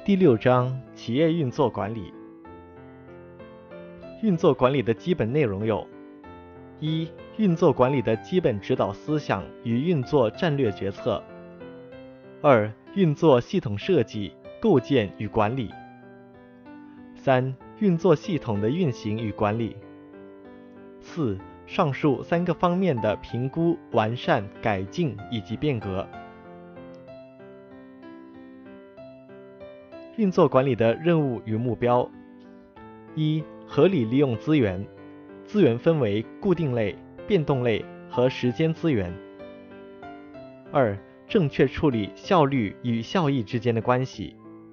第6章企业运作管理。运作管理的基本内容有： 1. 运作管理的基本指导思想与运作战略决策。 2. 运作系统设计、构建与管理。 3. 运作系统的运行与管理。 4. 上述3个方面的评估、完善、改进以及变革。运作管理的任务与目标： 1. 合理利用资源，资源分为固定类、变动类和时间资源。 2. 正确处理效率与效益之间的关系。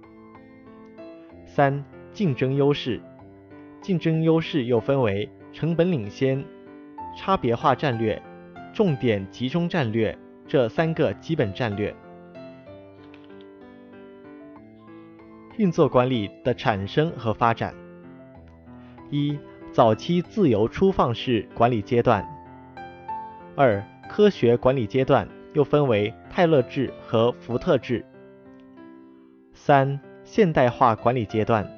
3. 竞争优势，竞争优势又分为成本领先、差别化战略、重点集中战略这3个基本战略。运作管理的产生和发展： 1. 早期自由初放式管理阶段。 2. 科学管理阶段，又分为泰勒制和福特制。 3. 现代化管理阶段。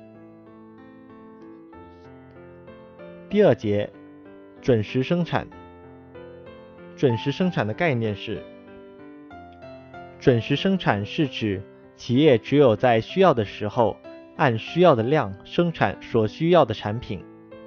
第2节，准时生产。准时生产的概念是：准时生产是指企业只有在需要的时候，按需要的量生产所需要的产品。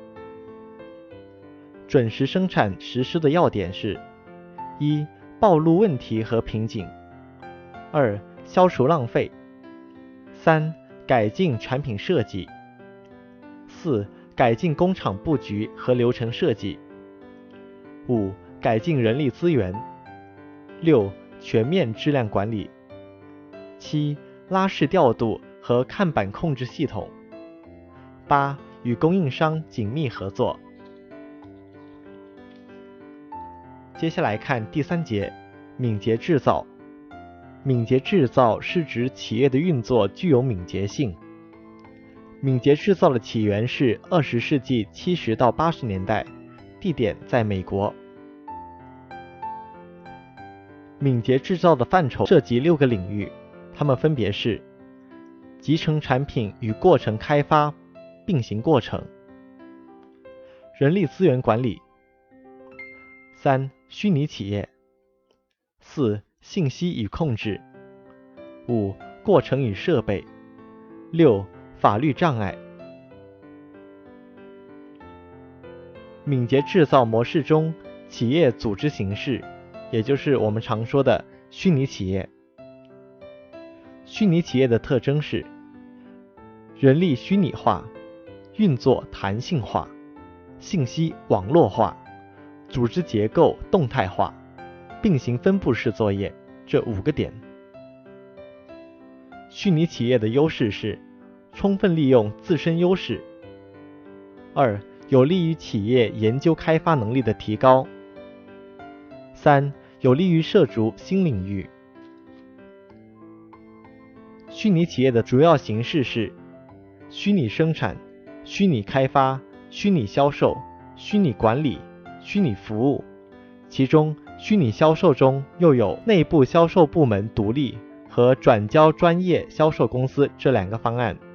准时生产实施的要点是： 1. 暴露问题和瓶颈； 2. 消除浪费； 3. 改进产品设计； 4. 改进工厂布局和流程设计； 5. 改进人力资源； 6. 全面质量管理； 7. 拉式调度和看板控制系统； 8. 与供应商紧密合作。接下来看第3节，敏捷制造。敏捷制造是指企业的运作具有敏捷性。敏捷制造的起源是20世纪70到80年代，地点在美国。敏捷制造的范畴涉及6个领域，它们分别是：集成产品与过程开发并行过程；人力资源管理； 3. 虚拟企业； 4. 信息与控制； 5. 过程与设备； 6. 法律障碍。敏捷制造模式中，企业组织形式，也就是我们常说的虚拟企业。虚拟企业的特征是：人力虚拟化、运作弹性化、信息网络化、组织结构动态化、并行分布式作业这5个点。虚拟企业的优势是：充分利用自身优势； 2. 有利于企业研究开发能力的提高； 3. 有利于涉足新领域。虚拟企业的主要形式是虚拟生产、虚拟开发、虚拟销售、虚拟管理、虚拟服务，其中虚拟销售中又有内部销售部门独立和转交专业销售公司这2个方案。